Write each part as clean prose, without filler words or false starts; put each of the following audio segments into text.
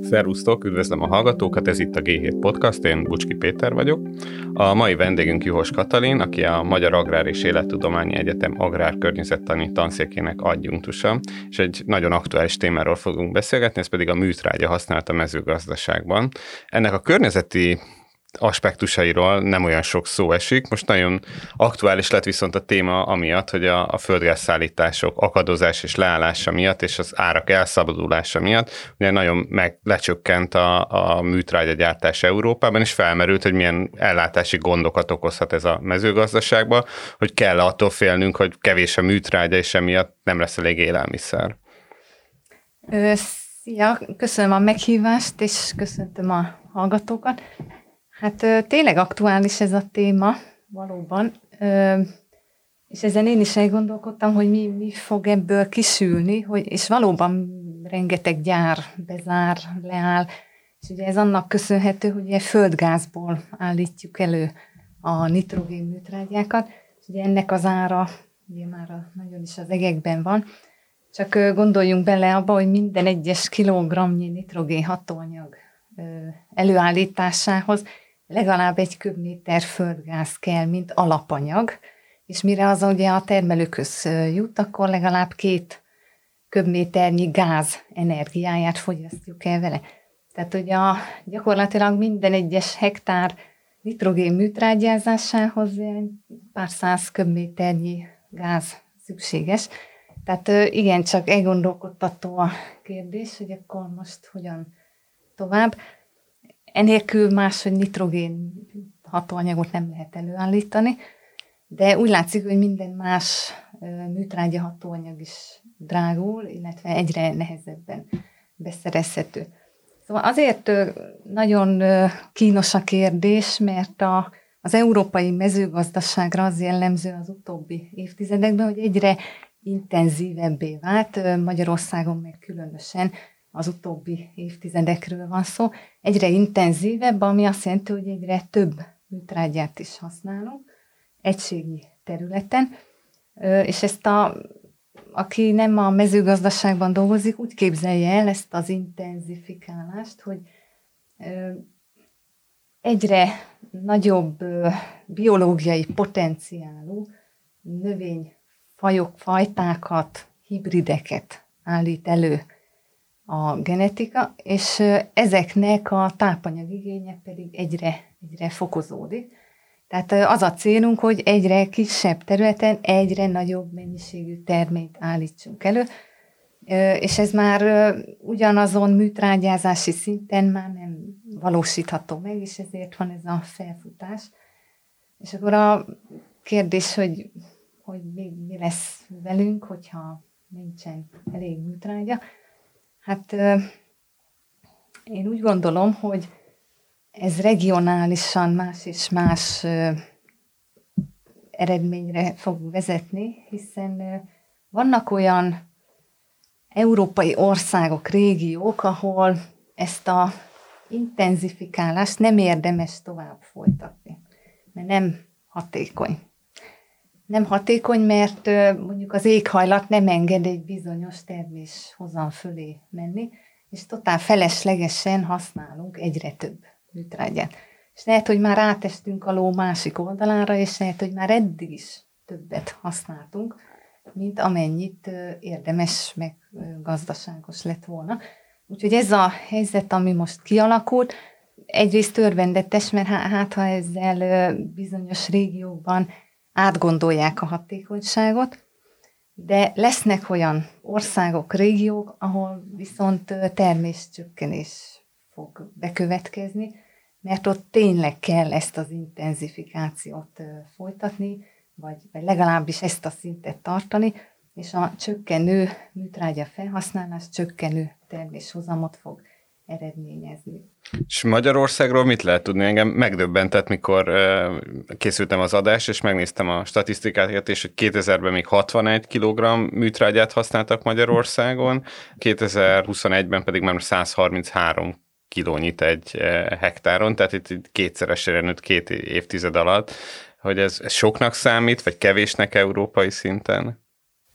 Szervusztok, üdvözlöm a hallgatókat, ez itt a G7 Podcast, én Bucski Péter vagyok. A mai vendégünk Juhos Katalin, aki a Magyar Agrár és Élettudományi Egyetem agrárkörnyezettani tanszékének adjunktusa, és egy nagyon aktuális témáról fogunk beszélgetni, ez pedig a műtrágya használat a mezőgazdaságban. Ennek a környezeti aspektusairól nem olyan sok szó esik. Most nagyon aktuális lett viszont a téma amiatt, hogy a földgázszállítások akadozás és leállása miatt, és az árak elszabadulása miatt ugye nagyon lecsökkent a műtrágyagyártás Európában, és felmerült, hogy milyen ellátási gondokat okozhat ez a mezőgazdaságban, hogy kell attól félnünk, hogy kevés a műtrágya, és emiatt nem lesz elég élelmiszer. Szia, köszönöm a meghívást, és köszöntöm a hallgatókat. Hát tényleg aktuális ez a téma, valóban, és ezen én is elgondolkodtam, hogy mi fog ebből kisülni, és valóban rengeteg gyár bezár, leáll, és ugye ez annak köszönhető, hogy ugye földgázból állítjuk elő a nitrogén műtrágyákat, és ugye ennek az ára ugye már nagyon is az egekben van, csak gondoljunk bele abba, hogy minden egyes kilogramnyi nitrogén hatóanyag előállításához legalább 1 köbméter földgáz kell, mint alapanyag, és mire az ugye a termelőkhöz jut, akkor legalább 2 köbméternyi gáz energiáját fogyasztjuk el vele. Tehát ugye gyakorlatilag minden egyes hektár nitrogén műtrágyázásához pár száz köbméternyi gáz szükséges. Tehát igen, csak elgondolkodtató a kérdés, hogy akkor most hogyan tovább. Enélkül máshogy nitrogén hatóanyagot nem lehet előállítani, de úgy látszik, hogy minden más műtrágya hatóanyag is drágul, illetve egyre nehezebben beszerezhető. Szóval azért nagyon kínos a kérdés, mert az európai mezőgazdaságra az jellemző az utóbbi évtizedekben, hogy egyre intenzívebbé vált, Magyarországon meg különösen az utóbbi évtizedekről van szó, egyre intenzívebb, ami azt jelenti, hogy egyre több műtrágyát is használunk egységnyi területen, és ezt aki nem a mezőgazdaságban dolgozik, úgy képzelje el ezt az intenzifikálást, hogy egyre nagyobb biológiai potenciálú növényfajok, fajtákat, hibrideket állít elő a genetika, és ezeknek a tápanyagigénye pedig egyre fokozódik. Tehát az a célunk, hogy egyre kisebb területen egyre nagyobb mennyiségű terményt állítsunk elő, és ez már ugyanazon műtrágyázási szinten már nem valósítható meg, és ezért van ez a felfutás. És akkor a kérdés, hogy mi lesz velünk, hogyha nincsen elég műtrágya. Hát én úgy gondolom, hogy ez regionálisan más és más eredményre fog vezetni, hiszen vannak olyan európai országok, régiók, ahol ezt a intenzifikálást nem érdemes tovább folytatni, mert nem hatékony. Nem hatékony, mert mondjuk az éghajlat nem enged egy bizonyos terméshozam fölé menni, és totál feleslegesen használunk egyre több műtrágyát. És lehet, hogy már átestünk a ló másik oldalára, és lehet, hogy már eddig is többet használtunk, mint amennyit érdemes, meg gazdaságos lett volna. Úgyhogy ez a helyzet, ami most kialakult, egyrészt örvendetes, mert ha ezzel bizonyos régiókban átgondolják a hatékonyságot, de lesznek olyan országok, régiók, ahol viszont terméscsökkenés fog bekövetkezni, mert ott tényleg kell ezt az intenzifikációt folytatni, vagy legalábbis ezt a szintet tartani, és a csökkenő műtrágya felhasználás csökkenő terméshozamot fog eredményezni. És Magyarországról mit lehet tudni? Engem megdöbbentett, mikor készültem az adás, és megnéztem a statisztikákat, és hogy 2000-ben még 61 kg műtrágyát használtak Magyarországon, 2021-ben pedig már 133 kilónyit egy hektáron, tehát itt kétszeresre nőtt 2 évtized alatt, hogy ez soknak számít, vagy kevésnek európai szinten?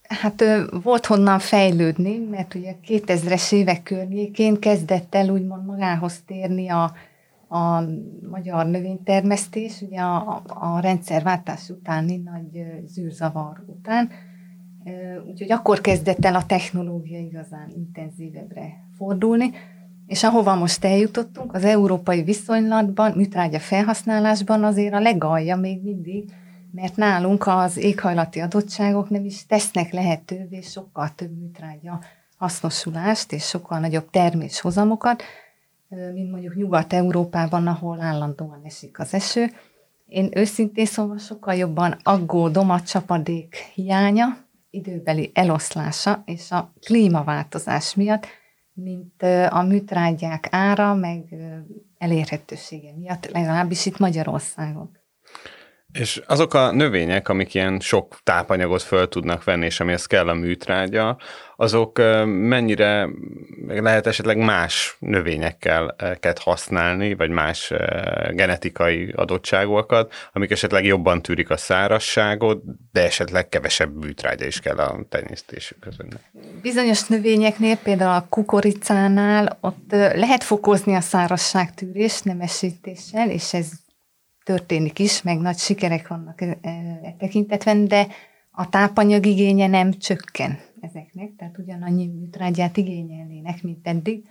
Hát volt honnan fejlődni, mert ugye 2000-es évek környékén kezdett el úgymond magához térni a magyar növénytermesztés, ugye a rendszerváltás utáni nagy zűrzavar után. Úgyhogy akkor kezdett el a technológia igazán intenzívebbre fordulni, és ahova most eljutottunk, az európai viszonylatban, műtrágya felhasználásban azért a legalja még mindig, mert nálunk az éghajlati adottságok nem is tesznek lehetővé sokkal több műtrágya hasznosulást és sokkal nagyobb terméshozamokat, mint mondjuk Nyugat-Európában, ahol állandóan esik az eső. Én őszintén szóval sokkal jobban aggódom a csapadék hiánya, időbeli eloszlása és a klímaváltozás miatt, mint a műtrágyák ára, meg elérhetősége miatt, legalábbis itt Magyarországon. És azok a növények, amik ilyen sok tápanyagot föl tudnak venni, és amihez kell a műtrágya, azok mennyire lehet esetleg más növényekkel használni, vagy más genetikai adottságokat, amik esetleg jobban tűrik a szárazságot, de esetleg kevesebb műtrágya is kell a tenyésztésükhöz. Bizonyos növényeknél, például a kukoricánál ott lehet fokozni a szárazságtűrést nemesítéssel, és ez történik is, meg nagy sikerek vannak tekintetben, de a tápanyag igénye nem csökken ezeknek, tehát ugyanannyi műtrágyát igényelnének, mint eddig.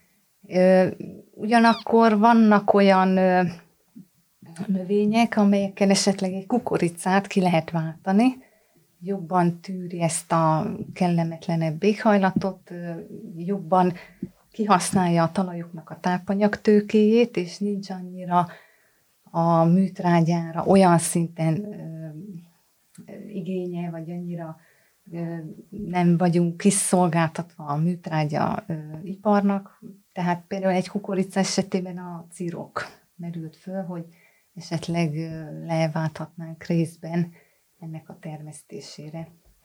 Ugyanakkor vannak olyan növények, amelyekkel esetleg egy kukoricát ki lehet váltani, jobban tűri ezt a kellemetlenebb éghajlatot, jobban kihasználja a talajoknak a tápanyagtőkéjét, és nincs annyira a műtrágyára olyan szinten igénye, vagy annyira nem vagyunk kiszolgáltatva a műtrágya iparnak. Tehát például egy kukorica esetében a cirok merült föl, hogy esetleg leválthatnánk részben ennek a termesztésére.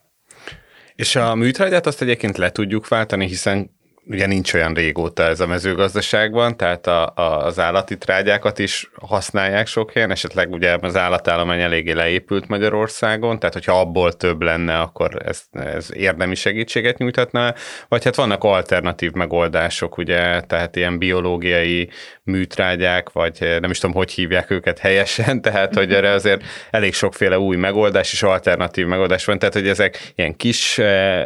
És a műtrágyát azt egyébként le tudjuk váltani, hiszen ugye nincs olyan régóta ez a mezőgazdaságban, tehát az állati trágyákat is használják sok helyen, esetleg ugye az állatállomány eléggé leépült Magyarországon, tehát hogyha abból több lenne, akkor ez érdemi segítséget nyújthatna, vagy hát vannak alternatív megoldások, ugye, tehát ilyen biológiai műtrágyák, vagy nem is tudom, hogy hívják őket helyesen, tehát hogy erre azért elég sokféle új megoldás és alternatív megoldás van, tehát hogy ezek ilyen kis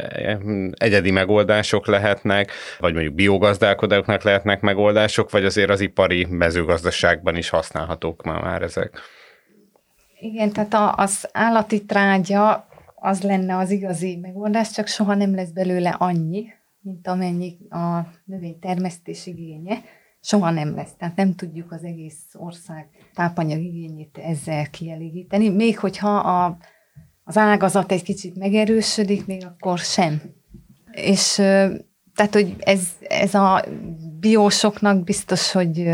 egyedi megoldások lehetnek, vagy mondjuk biogazdálkodóknak lehetnek megoldások, vagy azért az ipari mezőgazdaságban is használhatók már ezek. Igen, tehát az állati trágya az lenne az igazi megoldás, csak soha nem lesz belőle annyi, mint amennyi a növénytermesztés igénye. Soha nem lesz, tehát nem tudjuk az egész ország tápanyag igényét ezzel kielégíteni, még hogyha az ágazat egy kicsit megerősödik, még akkor sem. És tehát, hogy ez a biósoknak biztos, hogy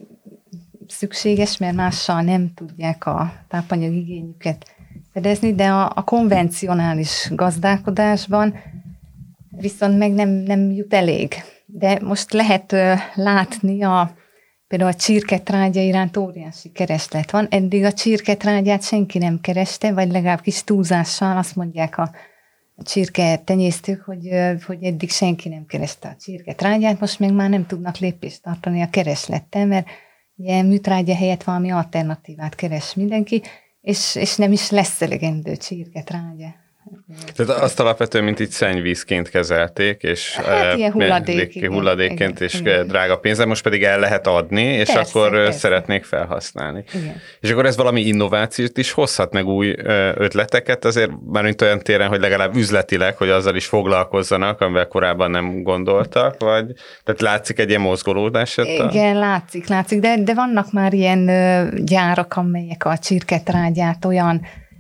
szükséges, mert mással nem tudják a tápanyag igényüket fedezni, de a konvencionális gazdálkodásban viszont meg nem jut elég. De most lehet látni, például a csirketrágya iránt óriási kereslet van. Eddig a csirketrágyát senki nem kereste, vagy legalább kis túlzással azt mondják a csirke tenyésztők, hogy eddig senki nem kereste a csirketrágyát, most meg már nem tudnak lépést tartani a kereslettel, mert ugye műtrágya helyett valami alternatívát keres mindenki, és nem is lesz elegendő csirketrágya. Tehát azt alapvetően, mint így szennyvízként kezelték, és ilyen hulladékként, és igen. Drága pénzzel, most pedig el lehet adni, és persze, akkor persze. Szeretnék felhasználni. Igen. És akkor ez valami innovációt is hozhat, meg új ötleteket, azért már mint olyan téren, hogy legalább üzletileg, hogy azzal is foglalkozzanak, amivel korábban nem gondoltak, vagy tehát látszik egy ilyen mozgolódás? Igen, látszik, de vannak már ilyen gyárak, amelyek a csirketrágyát olyan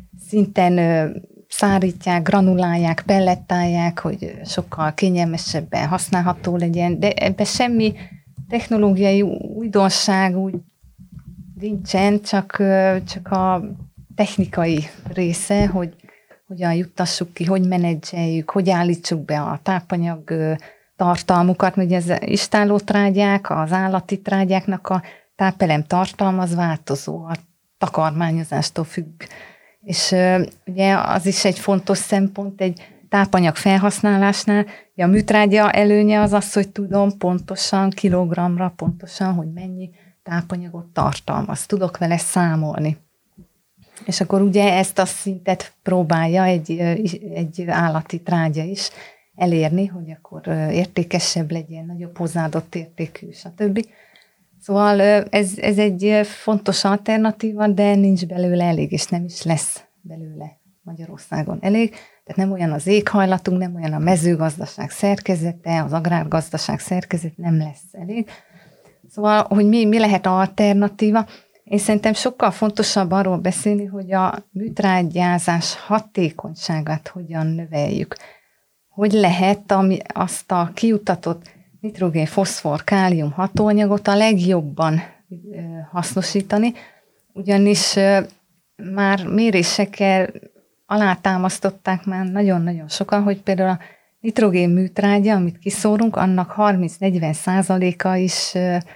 szinten szárítják, granulálják, pellettálják, hogy sokkal kényelmesebben használható legyen, de ebben semmi technológiai újdonság úgy nincsen, csak a technikai része, hogy hogyan juttassuk ki, hogy menedzseljük, hogy állítsuk be a tápanyag tartalmukat, mert az istállótrágyák, az állati trágyáknak a tápelem tartalma az változó, a takarmányozástól függ. És ugye az is egy fontos szempont, egy tápanyag felhasználásnál, a műtrágya előnye az, hogy tudom pontosan, kilogramra pontosan, hogy mennyi tápanyagot tartalmaz. Tudok vele számolni. És akkor ugye ezt a szintet próbálja egy állati trágya is elérni, hogy akkor értékesebb legyen, nagyobb hozzáadott értékű, stb. Szóval ez egy fontos alternatíva, de nincs belőle elég, és nem is lesz belőle Magyarországon elég. Tehát nem olyan az éghajlatunk, nem olyan a mezőgazdaság szerkezete, az agrárgazdaság szerkezet, nem lesz elég. Szóval, hogy mi lehet alternatíva? Én szerintem sokkal fontosabb arról beszélni, hogy a műtrágyázás hatékonyságát hogyan növeljük. Hogy lehet azt a kiutatott nitrogén, foszfor, kálium hatóanyagot a legjobban hasznosítani, ugyanis már mérésekkel alátámasztották már nagyon-nagyon sokan, hogy például a nitrogén műtrágya, amit kiszórunk, annak 30-40% is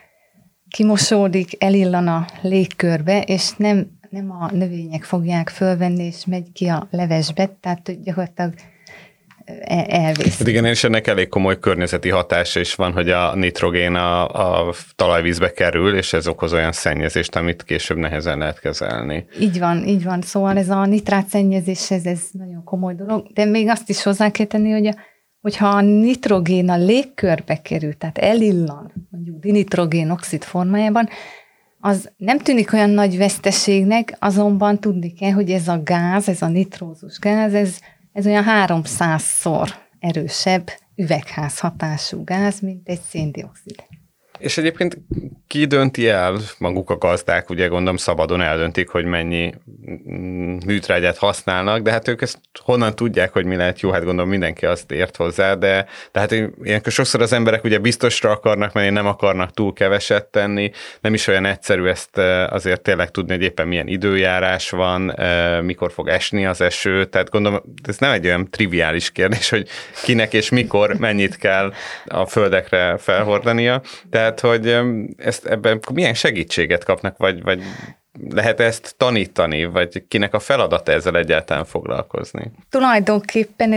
kimosódik, elillan a légkörbe, és nem a növények fogják fölvenni, és megy ki a levesbe, tehát gyakorlatilag elvész. Hát igen, és ennek elég komoly környezeti hatása is van, hogy a nitrogén a talajvízbe kerül, és ez okoz olyan szennyezést, amit később nehezen lehet kezelni. Így van. Szóval ez a nitrát szennyezés, ez nagyon komoly dolog, de még azt is hozzá kell tenni, hogyha a nitrogén a légkörbe kerül, tehát elillan, mondjuk dinitrogén-oxid formájában, az nem tűnik olyan nagy veszteségnek, azonban tudni kell, hogy ez a gáz, ez a nitrózus gáz, ez olyan 300-szor erősebb üvegházhatású gáz, mint egy széndioxid. És egyébként ki dönti el, maguk a gazdák, ugye gondolom szabadon eldöntik, hogy mennyi műtrágyát használnak, de hát ők ezt honnan tudják, hogy mi lehet jó, hát gondolom mindenki azt ért hozzá, de hát ilyenkor sokszor az emberek ugye biztosra akarnak menni, nem akarnak túl keveset tenni, nem is olyan egyszerű ezt azért tényleg tudni, hogy éppen milyen időjárás van, mikor fog esni az eső, tehát gondolom ez nem egy olyan triviális kérdés, hogy kinek és mikor mennyit kell a földekre felhordania, tehát hogy ebben milyen segítséget kapnak, vagy lehet ezt tanítani, vagy kinek a feladata ezzel egyáltalán foglalkozni? Tulajdonképpen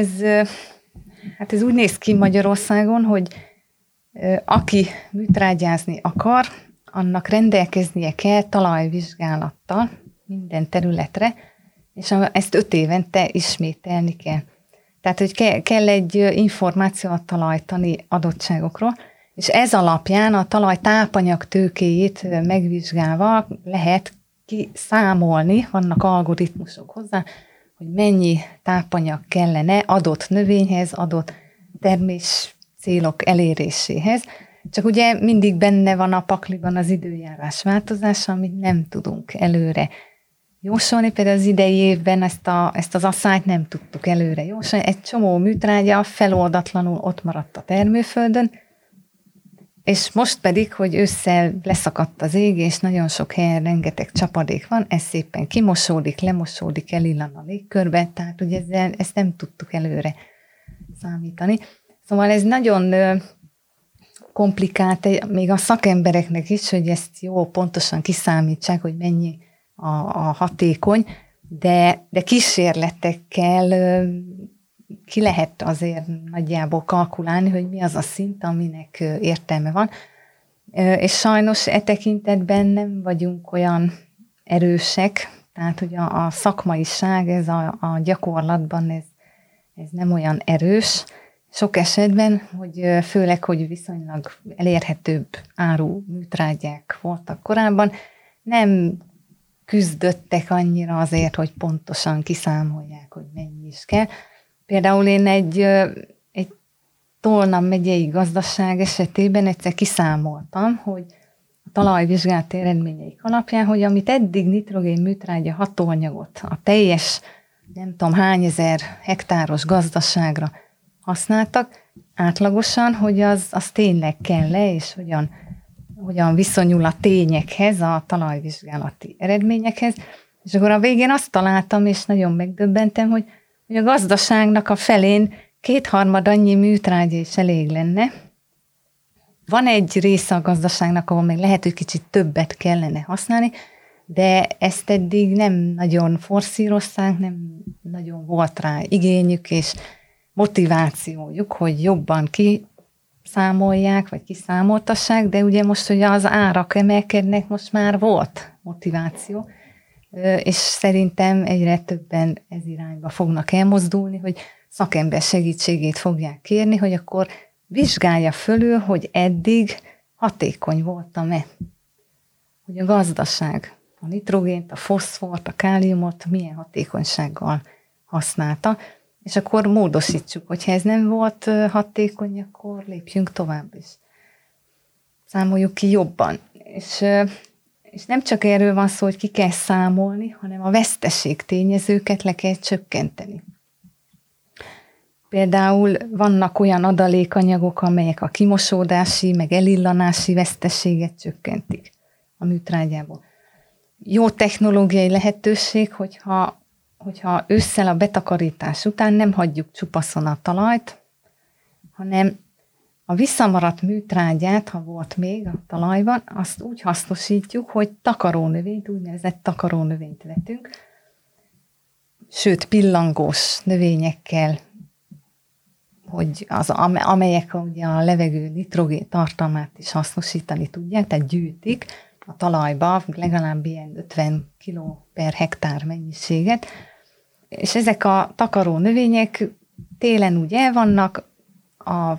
ez úgy néz ki Magyarországon, hogy aki műtrágyázni akar, annak rendelkeznie kell talajvizsgálattal minden területre, és ezt 5 évente ismételni kell. Tehát, hogy kell egy információ a talajtani adottságokról, és ez alapján a talaj tápanyag tőkéjét megvizsgálva lehet kiszámolni, vannak algoritmusok hozzá, hogy mennyi tápanyag kellene adott növényhez, adott termés célok eléréséhez. Csak ugye mindig benne van a pakliban az időjárás változása, amit nem tudunk előre jósolni. Például az idei évben ezt az asszályt nem tudtuk előre jósolni. Egy csomó műtrágya feloldatlanul ott maradt a termőföldön, és most pedig, hogy ősszel leszakadt az ég, és nagyon sok helyen rengeteg csapadék van, ez szépen kimosódik, lemosódik, elillan a légkörbe, tehát ugye ezt nem tudtuk előre számítani. Szóval ez nagyon komplikált, még a szakembereknek is, hogy ezt jó, pontosan kiszámítsák, hogy mennyi a hatékony, de kísérletekkel ki lehet azért nagyjából kalkulálni, hogy mi az a szint, aminek értelme van. És sajnos e tekintetben nem vagyunk olyan erősek, tehát hogy a szakmaiság, ez a gyakorlatban ez nem olyan erős. Sok esetben, hogy főleg, hogy viszonylag elérhetőbb áru műtrágyák voltak korábban, nem küzdöttek annyira azért, hogy pontosan kiszámolják, hogy mennyi is kell. Például én egy Tolna megyei gazdaság esetében egyszer kiszámoltam, hogy a talajvizsgált eredményeik alapján, hogy amit eddig nitrogén műtrágya hatóanyagot a teljes, nem tudom hány ezer hektáros gazdaságra használtak, átlagosan, hogy az tényleg kell-e, és hogyan viszonyul a tényekhez, a talajvizsgálati eredményekhez. És akkor a végén azt találtam, és nagyon megdöbbentem, hogy a gazdaságnak a felén 2/3 annyi műtrágya is elég lenne. Van egy része a gazdaságnak, ahol még lehet, hogy kicsit többet kellene használni, de ezt eddig nem nagyon forszírozták, nem nagyon volt rá igényük, és motivációjuk, hogy jobban kiszámolják, vagy kiszámoltassák, de ugye most, hogy az árak emelkednek, most már volt motiváció, és szerintem egyre többen ez irányba fognak elmozdulni, hogy szakember segítségét fogják kérni, hogy akkor vizsgálja fölül, hogy eddig hatékony voltam-e. Hogy a gazdaság a nitrogént, a foszfort, a káliumot milyen hatékonysággal használta, és akkor módosítsuk, hogyha ez nem volt hatékony, akkor lépjünk tovább is. Számoljuk ki jobban. És nem csak erről van szó, hogy ki kell számolni, hanem a veszteség tényezőket le kell csökkenteni. Például vannak olyan adalékanyagok, amelyek a kimosódási, meg elillanási veszteséget csökkentik a műtrágyából. Jó technológiai lehetőség, hogyha ősszel a betakarítás után nem hagyjuk csupaszon a talajt, hanem a visszamaradt műtrágyát, ha volt még a talajban, azt úgy hasznosítjuk, hogy takarónövényt, úgynevezett takarónövényt vetünk, sőt pillangós növényekkel, hogy amelyek ugye a levegő nitrogén tartalmát is hasznosítani tudják, tehát gyűjtik a talajba legalább ilyen 50 kg per hektár mennyiséget, és ezek a takaró növények télen úgy el vannak, a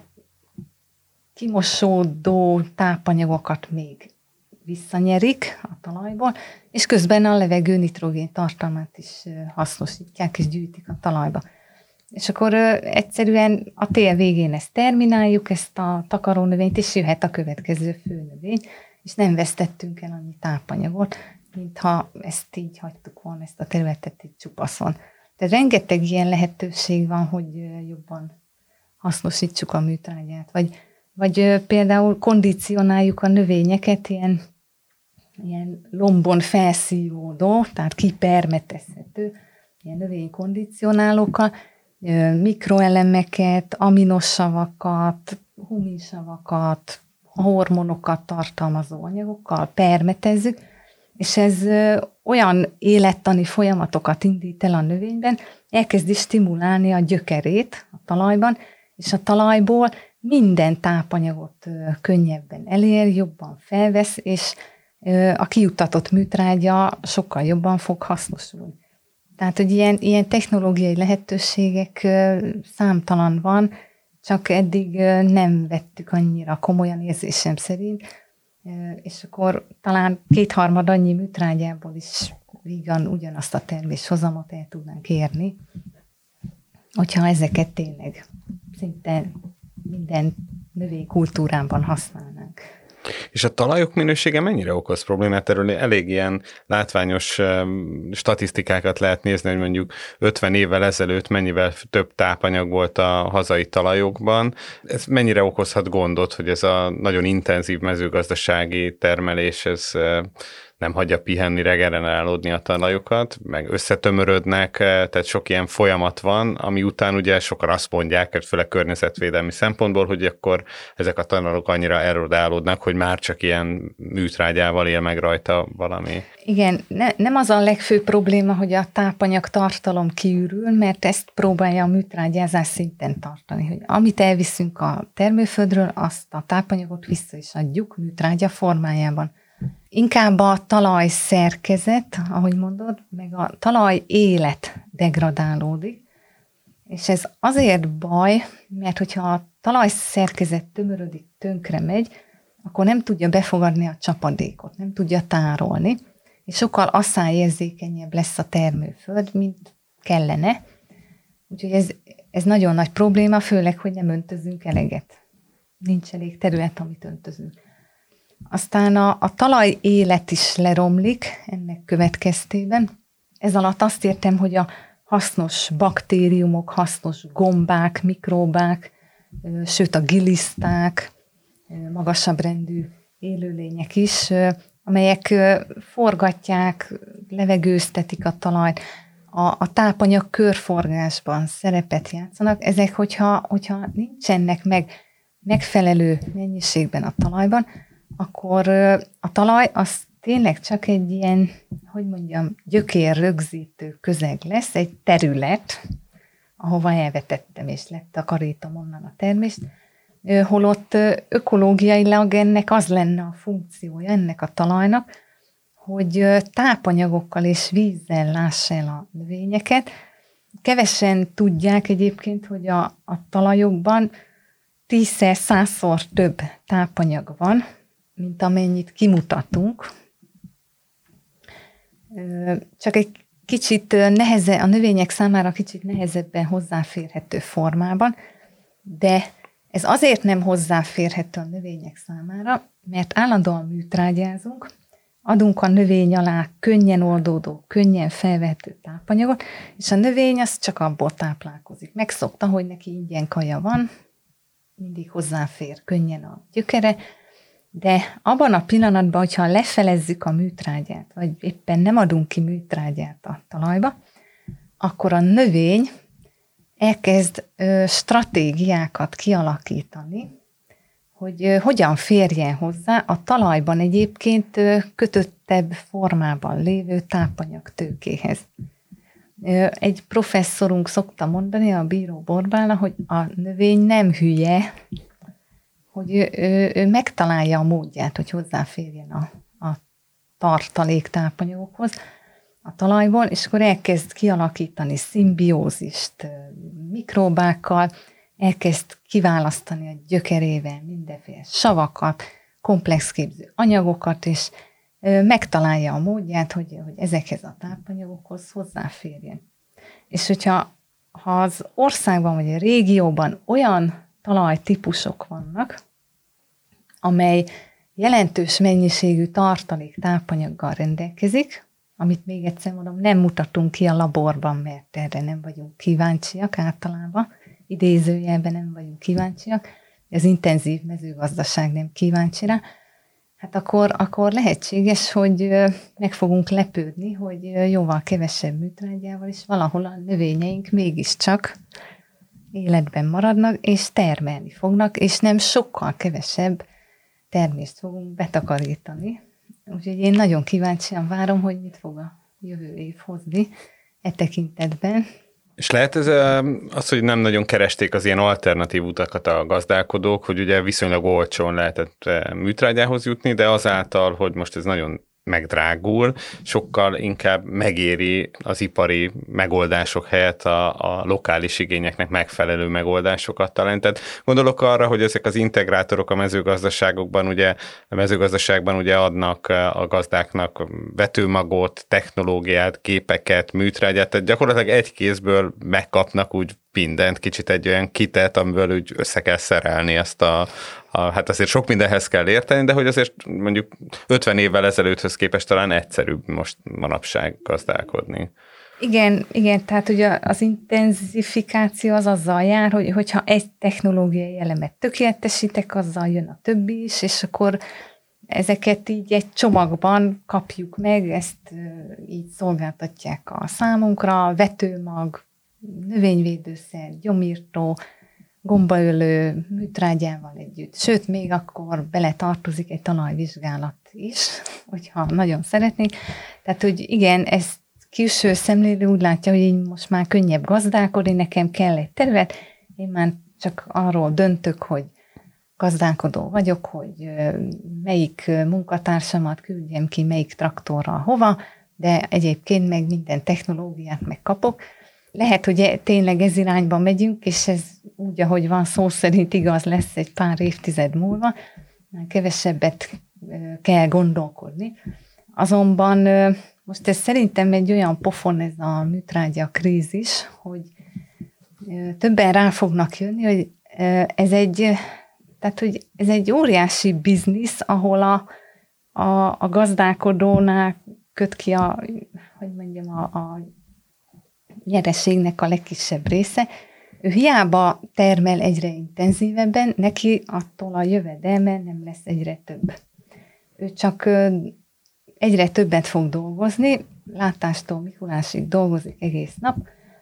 kimosódó tápanyagokat még visszanyerik a talajból, és közben a levegő nitrogén tartalmát is hasznosítják, és gyűjtik a talajba. És akkor egyszerűen a tél végén ezt termináljuk, ezt a takarónövényt, és jöhet a következő főnövény, és nem vesztettünk el annyi tápanyagot, mintha ezt így hagytuk volna, ezt a területet így csupaszon. Tehát rengeteg ilyen lehetőség van, hogy jobban hasznosítsuk a műtrágyát, vagy például kondicionáljuk a növényeket ilyen lombon felszívódó, tehát kipermetezhető, ilyen növénykondicionálókkal, mikroelemeket, aminossavakat, huminsavakat, hormonokat tartalmazó anyagokkal permetezzük, és ez olyan élettani folyamatokat indít el a növényben, elkezdi stimulálni a gyökerét a talajban, és a talajból minden tápanyagot könnyebben elér, jobban felvesz, és a kijuttatott műtrágya sokkal jobban fog hasznosulni. Tehát, hogy ilyen technológiai lehetőségek számtalan van, csak eddig nem vettük annyira komolyan érzésem szerint, és akkor talán 2/3 annyi műtrágyából is vígan ugyanazt a terméshozamot el tudnánk érni, hogyha ezeket tényleg szinte minden növénykultúrában használnánk. És a talajok minősége mennyire okoz problémát? Erről elég ilyen látványos statisztikákat lehet nézni, hogy mondjuk 50 évvel ezelőtt mennyivel több tápanyag volt a hazai talajokban. Ez mennyire okozhat gondot, hogy ez a nagyon intenzív mezőgazdasági termelés, ez nem hagyja pihenni, regenerálódni a talajokat, meg összetömörödnek, tehát sok ilyen folyamat van, ami után ugye sokan azt mondják, főleg környezetvédelmi szempontból, hogy akkor ezek a talajok annyira erodálódnak, hogy már csak ilyen műtrágyával él meg rajta valami. Igen, nem az a legfőbb probléma, hogy a tápanyag tartalom kiürül, mert ezt próbálja a műtrágyázás szinten tartani, hogy amit elviszünk a termőföldről, azt a tápanyagot vissza is adjuk műtrágya formájában. Inkább a talaj szerkezet, ahogy mondod, meg a talaj élet degradálódik, és ez azért baj, mert hogyha a talaj szerkezet tömörödik, tönkre megy, akkor nem tudja befogadni a csapadékot, nem tudja tárolni, és sokkal asszályérzékenyebb lesz a termőföld, mint kellene. Úgyhogy ez nagyon nagy probléma, főleg, hogy nem öntözünk eleget. Nincs elég terület, amit öntözünk. Aztán a talaj élet is leromlik ennek következtében. Ez alatt azt értem, hogy a hasznos baktériumok, hasznos gombák, mikróbák, sőt a giliszták, magasabb rendű élőlények is, amelyek forgatják, levegőztetik a talajt, a tápanyag körforgásban szerepet játszanak. Ezek, hogyha nincsenek megfelelő mennyiségben a talajban, akkor a talaj az tényleg csak egy ilyen, gyökérrögzítő közeg lesz, egy terület, ahova elvetettem, és letakarítom onnan a termést, holott ökológiailag ennek az lenne a funkciója, ennek a talajnak, hogy tápanyagokkal és vízzel lássa el a növényeket. Kevesen tudják egyébként, hogy a talajokban 10-szer, 100-szor több tápanyag van, mint amennyit kimutatunk. Csak egy kicsit a növények számára kicsit nehezebben hozzáférhető formában, de ez azért nem hozzáférhető a növények számára, mert állandóan műtrágyázunk, adunk a növény alá könnyen oldódó, könnyen felvehető tápanyagot, és a növény az csak abból táplálkozik. Megszokta, hogy neki ingyen kaja van, mindig hozzáfér könnyen a gyökere, de abban a pillanatban, hogyha lefelezzük a műtrágyát, vagy éppen nem adunk ki műtrágyát a talajba, akkor a növény elkezd stratégiákat kialakítani, hogy hogyan férjen hozzá a talajban egyébként kötöttebb formában lévő tápanyagtőkéhez. Egy professzorunk szokta mondani, a Bíró Borbála, hogy a növény nem hülye, hogy ő megtalálja a módját, hogy hozzáférjen a tartalék tápanyagokhoz a talajból, és akkor elkezd kialakítani szimbiózist mikróbákkal, elkezd kiválasztani a gyökerével mindenféle savakat, komplexképző anyagokat, és megtalálja a módját, hogy ezekhez a tápanyagokhoz hozzáférjen. És hogyha az országban vagy a régióban olyan talajtípusok vannak, amely jelentős mennyiségű tartalék tápanyaggal rendelkezik, amit még egyszer mondom, nem mutatunk ki a laborban, mert erre nem vagyunk kíváncsiak általában, idézőjelben nem vagyunk kíváncsiak, az intenzív mezőgazdaság nem kíváncsi rá, hát akkor lehetséges, hogy meg fogunk lepődni, hogy jóval kevesebb műtrágyával is valahol a növényeink mégiscsak életben maradnak, és termelni fognak, és nem sokkal kevesebb termést fogunk betakarítani. Úgyhogy én nagyon kíváncsian várom, hogy mit fog a jövő év hozni e tekintetben. És lehet ez az, hogy nem nagyon keresték az ilyen alternatív utakat a gazdálkodók, hogy ugye viszonylag olcsón lehetett műtrágyához jutni, de azáltal, hogy most ez nagyon megdrágul, sokkal inkább megéri az ipari megoldások helyett a lokális igényeknek megfelelő megoldásokat találni. Tehát gondolok arra, hogy ezek az integrátorok a mezőgazdaságban ugye adnak a gazdáknak vetőmagot, technológiát, gépeket, műtrágyát, tehát gyakorlatilag egy kézből megkapnak úgy mindent, kicsit egy olyan kitet, amiből úgy össze kell szerelni ezt hát azért sok mindenhez kell érteni, de hogy azért mondjuk 50 évvel ezelőtthöz képest talán egyszerűbb most manapság gazdálkodni. Igen, tehát ugye az intenzifikáció az azzal jár, hogyha egy technológiai elemet tökéletesítek, azzal jön a többi is, és akkor ezeket így egy csomagban kapjuk meg, ezt így szolgáltatják a számunkra, vetőmag, növényvédőszer, gyomírtó, gombaölő, műtrágyával együtt. Sőt, még akkor beletartozik egy talajvizsgálat is, hogyha nagyon szeretnék. Tehát, hogy igen, ezt külső szemlélő úgy látja, hogy így most már könnyebb gazdálkodni, nekem kell egy terület, én már csak arról döntök, hogy gazdálkodó vagyok, hogy melyik munkatársamat küldjem ki, melyik traktorral hova, de egyébként meg minden technológiát megkapok. Lehet, hogy tényleg ez irányba megyünk, és ez úgy, ahogy van, szó szerint igaz lesz egy pár évtized múlva, már kevesebbet kell gondolkodni. Azonban most ez szerintem egy olyan pofon, ez a műtrágya krízis, hogy többen rá fognak jönni, hogy ez egy óriási biznisz, ahol a gazdálkodónál köt ki a nyereségnek a legkisebb része. Ő hiába termel egyre intenzívebben, neki attól a jövedelme nem lesz egyre több. Ő csak egyre többet fog dolgozni, látástól Mikulásig dolgozik egész nap,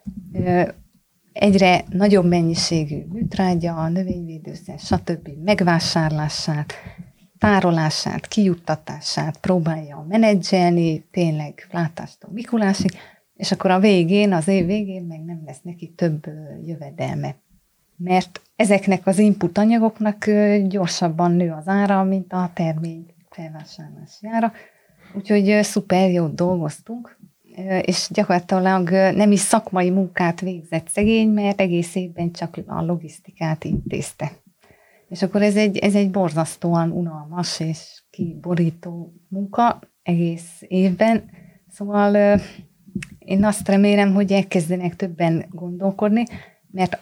egyre nagyobb mennyiségű műtrágya, növényvédőszer, stb. Megvásárlását, tárolását, kijuttatását próbálja menedzselni, tényleg látástól Mikulásig, és akkor a végén, az év végén meg nem lesz neki több jövedelme. Mert ezeknek az input anyagoknak gyorsabban nő az ára, mint a termény felvásárlási ára. Úgyhogy szuper jót dolgoztunk, és gyakorlatilag nem is szakmai munkát végzett szegény, mert egész évben csak a logisztikát intézte. És akkor ez egy borzasztóan unalmas és kiborító munka egész évben. Szóval én azt remélem, hogy elkezdenek többen gondolkodni, mert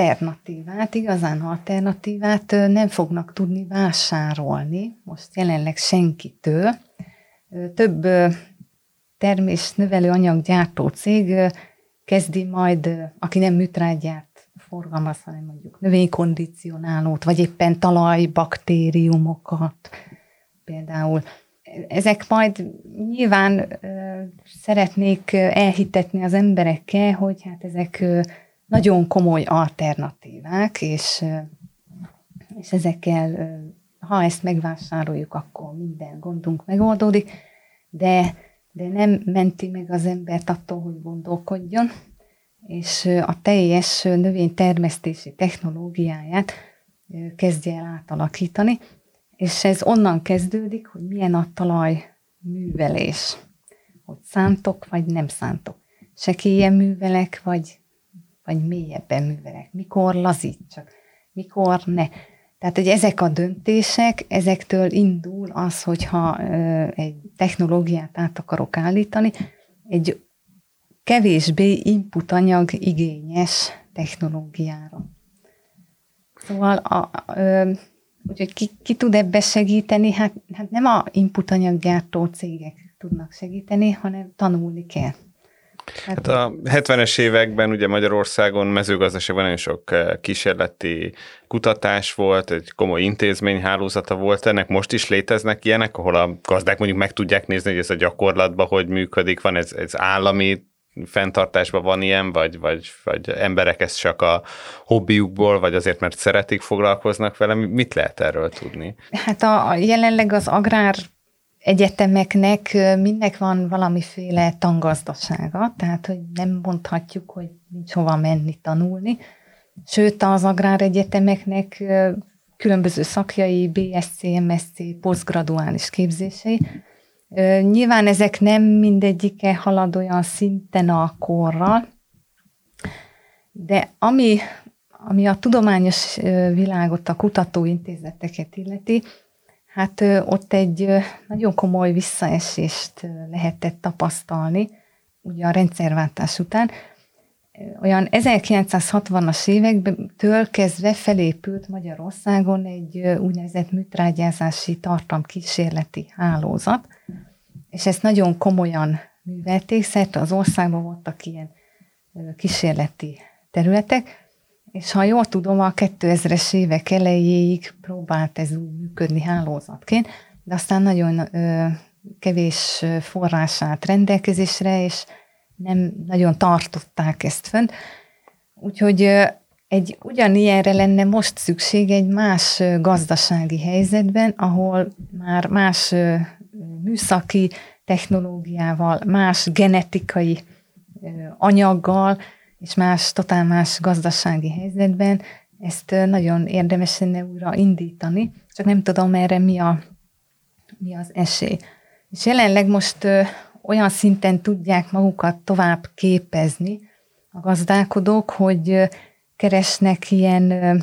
igazán alternatívát nem fognak tudni vásárolni, most jelenleg senkitől. Több termésnövelő anyaggyártó cég kezdi majd, aki nem műtrágyát forgalmaz, hanem mondjuk növénykondicionálót, vagy éppen talajbaktériumokat például. Ezek majd nyilván szeretnék elhitetni az emberekkel, hogy hát ezek nagyon komoly alternatívák, és ezekkel, ha ezt megvásároljuk, akkor minden gondunk megoldódik, de nem menti meg az embert attól, hogy gondolkodjon, és a teljes növénytermesztési technológiáját kezdje el átalakítani, és ez onnan kezdődik, hogy milyen a talajművelés, hogy szántok, vagy nem szántok. Sekélyen művelek, vagy mélyebben művelek. Mikor lazítsak, mikor ne. Tehát, hogy ezek a döntések, ezektől indul az, hogyha egy technológiát át akarok állítani, egy kevésbé input anyag igényes technológiára. Szóval úgyhogy ki tud ebbe segíteni? Hát nem a input anyaggyártó cégek tudnak segíteni, hanem tanulni kell. Hát a 70-es években ugye Magyarországon mezőgazdaságban nagyon sok kísérleti kutatás volt, egy komoly intézményhálózata volt ennek. Most is léteznek ilyenek, ahol a gazdák mondjuk meg tudják nézni, hogy ez a gyakorlatban hogy működik, van ez állami fenntartásban van ilyen, vagy emberek ezt csak a hobbiukból, vagy azért, mert szeretik, foglalkoznak vele. Mit lehet erről tudni? Hát jelenleg az agrár egyetemeknek mindnek van valamiféle tangazdasága, tehát hogy nem mondhatjuk, hogy nincs hova menni tanulni. Sőt, az agráregyetemeknek különböző szakjai, BSc, MSc, posztgraduális képzései. Nyilván ezek nem mindegyike halad olyan szinten a korral, de ami a tudományos világot, a kutatóintézeteket illeti, hát ott egy nagyon komoly visszaesést lehetett tapasztalni, ugye a rendszerváltás után. Olyan 1960-as évektől kezdve felépült Magyarországon egy úgynevezett műtrágyázási tartamkísérleti hálózat, és ezt nagyon komolyan művelték, szerte az országban voltak ilyen kísérleti területek, és ha jól tudom, a 2000-es évek elejéig próbált ez úgy működni hálózatként, de aztán nagyon kevés forrás állt rendelkezésre, és nem nagyon tartották ezt fönt. Úgyhogy egy ugyanilyenre lenne most szükség egy más gazdasági helyzetben, ahol már más műszaki technológiával, más genetikai anyaggal, és totál más gazdasági helyzetben ezt nagyon érdemes lenne újra indítani, csak nem tudom erre mi az esély. És jelenleg most olyan szinten tudják magukat tovább képezni a gazdálkodók, hogy keresnek ilyen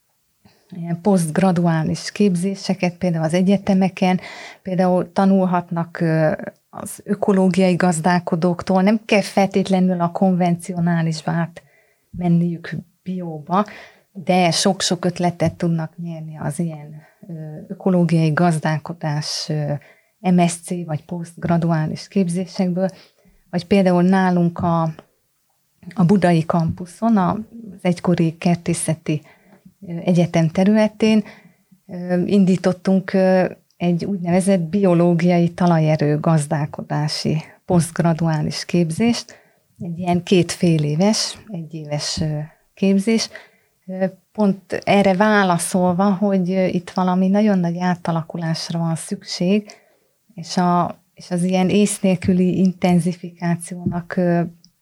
posztgraduális képzéseket, például az egyetemeken, például tanulhatnak az ökológiai gazdálkodóktól, nem kell feltétlenül a konvencionálisba átmenniük bióba, de sok-sok ötletet tudnak nyerni az ilyen ökológiai gazdálkodás MSc vagy posztgraduális képzésekből, vagy például nálunk a budai kampuszon, az egykori kertészeti egyetem területén indítottunk egy úgynevezett biológiai talajerő gazdálkodási posztgraduális képzést, egy ilyen 2,5 éves, 1 éves képzés, pont erre válaszolva, hogy itt valami nagyon nagy átalakulásra van szükség, és az ilyen ész nélküli intenzifikációnak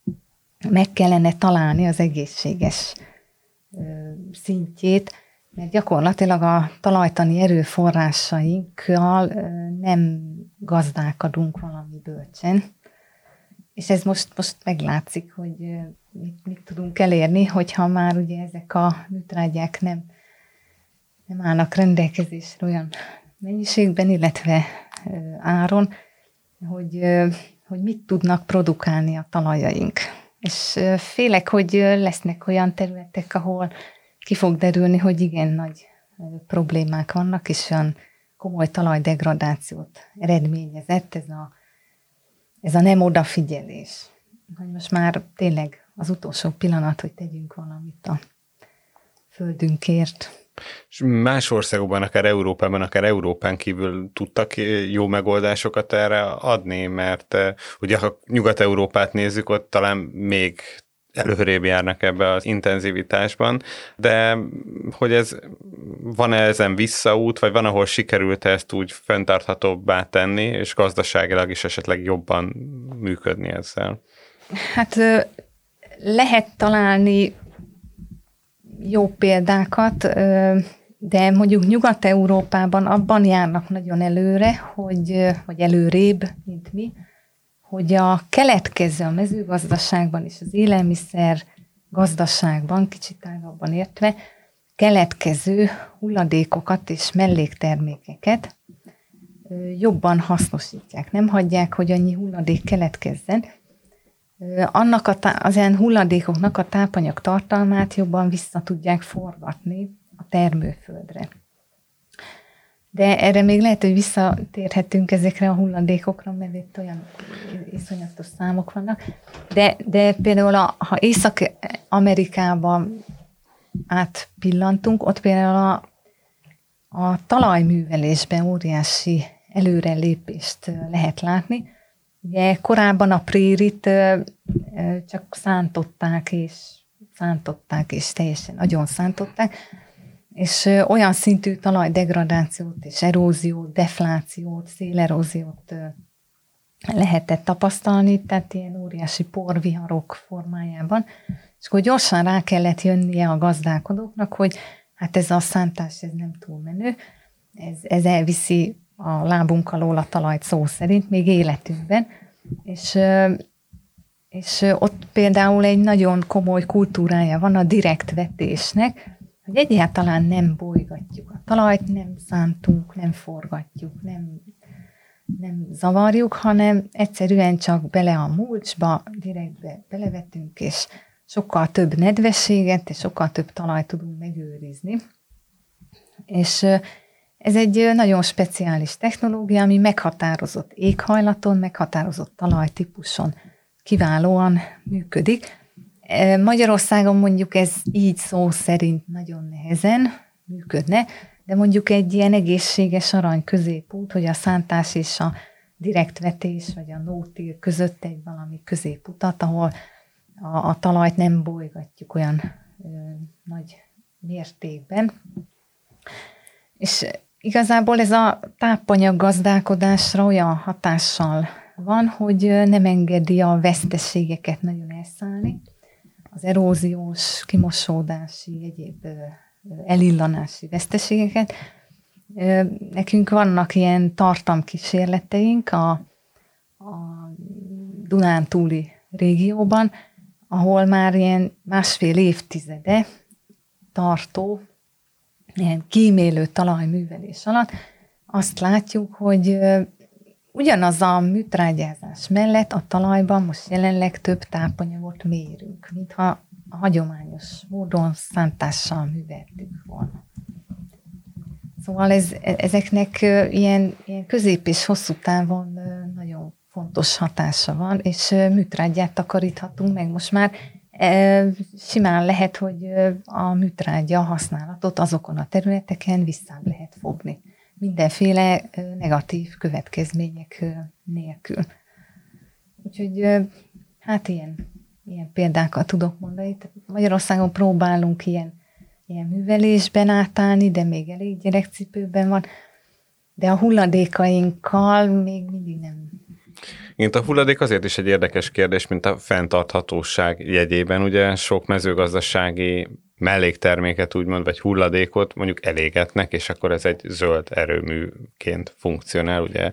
meg kellene találni az egészséges szintjét, mert gyakorlatilag a talajtani erőforrásainkkal nem gazdálkodunk valami bölcsen. És ez most meglátszik, hogy mit tudunk elérni, hogyha már ugye ezek a műtrágyák nem állnak rendelkezésre olyan mennyiségben, illetve áron, hogy mit tudnak produkálni a talajaink. És félek, hogy lesznek olyan területek, ahol ki fog derülni, hogy igen nagy problémák vannak, és olyan komoly talajdegradációt eredményezett ez a nem odafigyelés. Hogy most már tényleg az utolsó pillanat, hogy tegyünk valamit a földünkért. És más országokban, akár Európában, akár Európán kívül tudtak jó megoldásokat erre adni, mert ugye ha Nyugat-Európát nézzük, ott talán még előrébb járnak ebbe az intenzivitásban, de hogy van-e ezen visszaút, vagy van, ahol sikerült ezt úgy fenntarthatóbbá tenni, és gazdaságilag is esetleg jobban működni ezzel? Hát lehet találni jó példákat, de mondjuk Nyugat-Európában abban járnak nagyon előre, vagy előrébb, mint mi, hogy a keletkező a mezőgazdaságban és az élelmiszer gazdaságban, kicsit tágabban értve, keletkező hulladékokat és melléktermékeket jobban hasznosítják. Nem hagyják, hogy annyi hulladék keletkezzen. Az ilyen hulladékoknak a tápanyag tartalmát jobban vissza tudják forgatni a termőföldre. De erre még lehet, hogy visszatérhetünk ezekre a hulladékokra, mert itt olyan iszonyatos számok vannak. De például, ha Észak-Amerikában átpillantunk, ott például a talajművelésben óriási előrelépést lehet látni. Ugye korábban a prérit csak szántották, és teljesen nagyon szántották, és olyan szintű talajdegradációt és eróziót, deflációt, széleróziót lehetett tapasztalni, tehát ilyen óriási porviharok formájában, és akkor gyorsan rá kellett jönnie a gazdálkodóknak, hogy hát ez a szántás, ez nem túl menő, ez elviszi a lábunk alól a talajt szó szerint, még életünkben, és ott például egy nagyon komoly kultúrája van a direkt vetésnek, hogy egyáltalán nem bolygatjuk a talajt, nem szántunk, nem forgatjuk, nem zavarjuk, hanem egyszerűen csak bele a mulcsba, direktbe belevetünk, és sokkal több nedvességet, és sokkal több talajt tudunk megőrizni. És ez egy nagyon speciális technológia, ami meghatározott éghajlaton, meghatározott talajtípuson kiválóan működik. Magyarországon mondjuk ez így szó szerint nagyon nehezen működne, de mondjuk egy ilyen egészséges arany középút, hogy a szántás és a direkt vetés, vagy a no-till között egy valami középutat, ahol a talajt nem bolygatjuk olyan nagy mértékben. És igazából ez a tápanyag gazdálkodásra olyan hatással van, hogy nem engedi a veszteségeket nagyon elszállni, az eróziós, kimosódási, egyéb elillanási veszteségeket. Nekünk vannak ilyen tartamkísérleteink a Dunántúli régióban, ahol már ilyen 1,5 évtizede tartó, ilyen kímélő talajművelés alatt azt látjuk, hogy ugyanaz a műtrágyázás mellett a talajban most jelenleg több tápanyagot mérünk, mintha a hagyományos módon szántással műveltük volna. Szóval ezeknek ilyen közép és hosszú távon nagyon fontos hatása van, és műtrágyát takaríthatunk meg. Most már simán lehet, hogy a műtrágya használatot azokon a területeken vissza lehet fogni. Mindenféle negatív következmények nélkül. Úgyhogy hát ilyen példákat tudok mondani. Magyarországon próbálunk ilyen művelésben átállni, de még elég gyerekcipőben van, de a hulladékainkkal még mindig nem. Itt a hulladék azért is egy érdekes kérdés, mint a fenntarthatóság jegyében. Ugye sok mezőgazdasági mellékterméket úgymond, vagy hulladékot mondjuk elégetnek, és akkor ez egy zöld erőműként funkcionál, ugye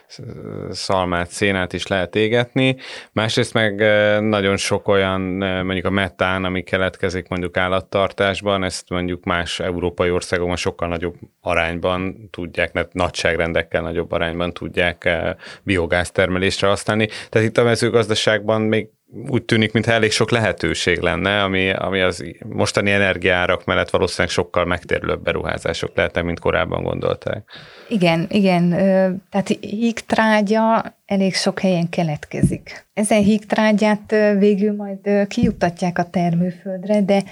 szalmát, szénát is lehet égetni. Másrészt meg nagyon sok olyan, mondjuk a metán, ami keletkezik mondjuk állattartásban, ezt mondjuk más európai országokban sokkal nagyobb arányban tudják, nagyságrendekkel nagyobb arányban tudják biogáztermelésre használni. Tehát itt a mezőgazdaságban még úgy tűnik, mintha elég sok lehetőség lenne, ami az mostani energiaárak mellett valószínűleg sokkal megtérülőbb beruházások lehetnek, mint korábban gondolták. Igen. Tehát hígtrágya elég sok helyen keletkezik. Ezen hígtrágyát végül majd kijuttatják a termőföldre, de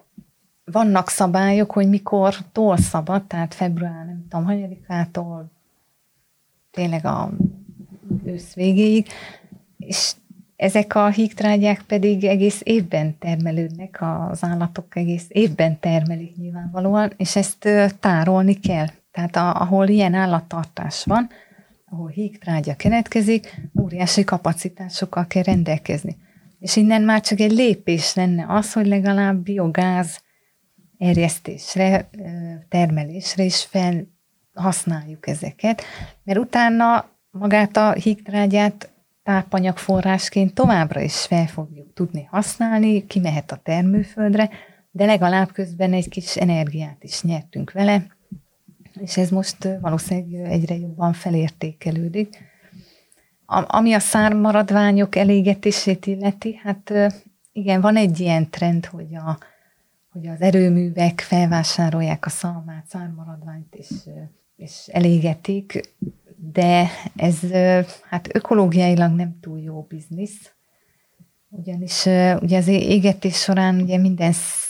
vannak szabályok, hogy mikortól szabad, tehát február, nem tudom, hanyadikától tényleg a ősz végéig, és ezek a hígtrágyák pedig egész évben termelődnek, az állatok egész évben termelik nyilvánvalóan, és ezt tárolni kell. Tehát ahol ilyen állattartás van, ahol hígtrágya keletkezik, óriási kapacitásokkal kell rendelkezni. És innen már csak egy lépés lenne az, hogy legalább biogáz erjesztésre, termelésre is felhasználjuk ezeket, mert utána magát a hígtrágyát tápanyagforrásként továbbra is fel fogjuk tudni használni, kimehet a termőföldre, de legalább közben egy kis energiát is nyertünk vele, és ez most valószínűleg egyre jobban felértékelődik. Ami a szármaradványok elégetését illeti, hát igen, van egy ilyen trend, hogy az erőművek felvásárolják a szalmát, szármaradványt és elégetik, de ez hát ökológiailag nem túl jó biznisz, ugyanis ugye az égetés során ugye minden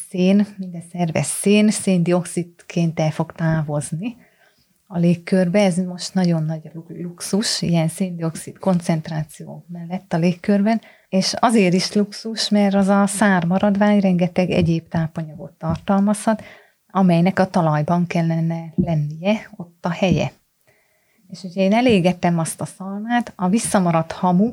szerves szén-dioxidként el fog távozni a légkörbe, ez most nagyon nagy luxus, ilyen szén-dioxid koncentráció mellett a légkörben, és azért is luxus, mert az a szármaradvány rengeteg egyéb tápanyagot tartalmazhat, amelynek a talajban kellene lennie, ott a helye. És ugye én elégettem azt a szalmát, a visszamaradt hamu,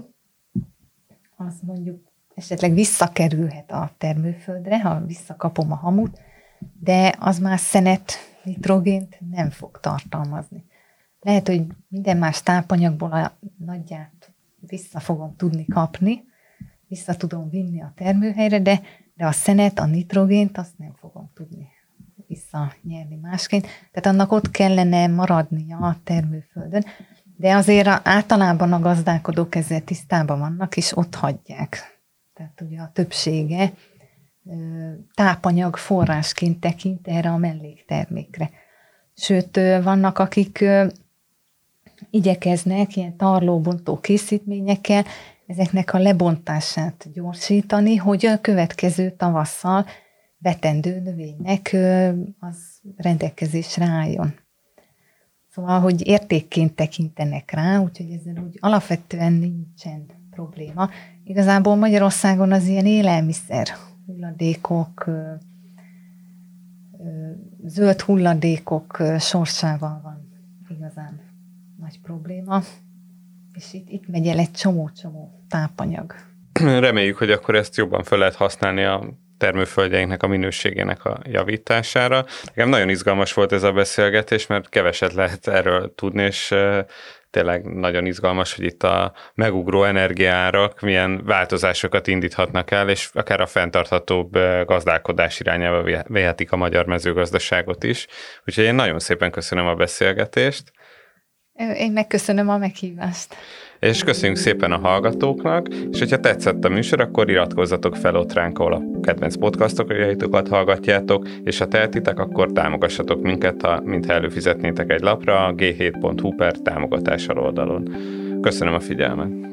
az mondjuk esetleg visszakerülhet a termőföldre, ha visszakapom a hamut, de az már szenet, nitrogént nem fog tartalmazni. Lehet, hogy minden más tápanyagból a nagyját vissza fogom tudni kapni, vissza tudom vinni a termőhelyre, de a szenet, a nitrogént azt nem fogom tudni visszanyerni másként. Tehát annak ott kellene maradnia a termőföldön, de azért általában a gazdálkodók ezzel tisztában vannak, és ott hagyják. Tehát ugye a többsége tápanyag forrásként tekint erre a melléktermékre. Sőt, vannak, akik igyekeznek ilyen tarlóbontó készítményekkel ezeknek a lebontását gyorsítani, hogy a következő tavasszal vetendő növénynek az rendelkezésre álljon. Szóval, hogy értékként tekintenek rá, úgyhogy ezzel úgy alapvetően nincsen probléma. Igazából Magyarországon az ilyen élelmiszer hulladékok, zöld hulladékok sorsával van igazán nagy probléma, és itt megy el egy csomó tápanyag. Reméljük, hogy akkor ezt jobban fel lehet használni a termőföldjeinknek a minőségének a javítására. Nekem nagyon izgalmas volt ez a beszélgetés, mert keveset lehet erről tudni, és tényleg nagyon izgalmas, hogy itt a megugró energiaárak milyen változásokat indíthatnak el, és akár a fenntarthatóbb gazdálkodás irányába vihetik a magyar mezőgazdaságot is. Úgyhogy én nagyon szépen köszönöm a beszélgetést. Én megköszönöm a meghívást. És köszönjük szépen a hallgatóknak, és hogyha tetszett a műsor, akkor iratkozzatok fel ott ránk, ahol a kedvenc podcastokat hallgatjátok, és ha tehetitek, akkor támogassatok minket, mintha előfizetnétek egy lapra a g7.hu/támogatás oldalon. Köszönöm a figyelmet!